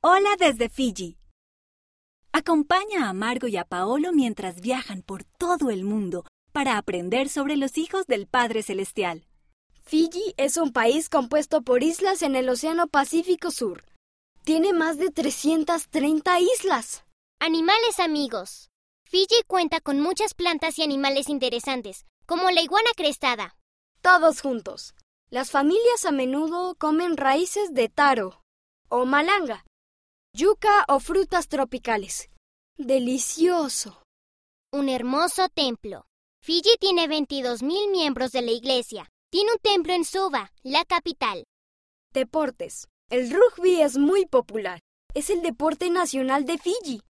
Hola desde Fiji. Acompaña a Margo y a Paolo mientras viajan por todo el mundo para aprender sobre los hijos del Padre Celestial. Fiji es un país compuesto por islas en el Océano Pacífico Sur. Tiene más de 330 islas. Animales amigos. Fiji cuenta con muchas plantas y animales interesantes, como la iguana crestada. Todos juntos. Las familias a menudo comen raíces de taro o malanga, yuca o frutas tropicales. ¡Delicioso! Un hermoso templo. Fiji tiene 22,000 miembros de la iglesia. Tiene un templo en Suva, la capital. Deportes. El rugby es muy popular. Es el deporte nacional de Fiji.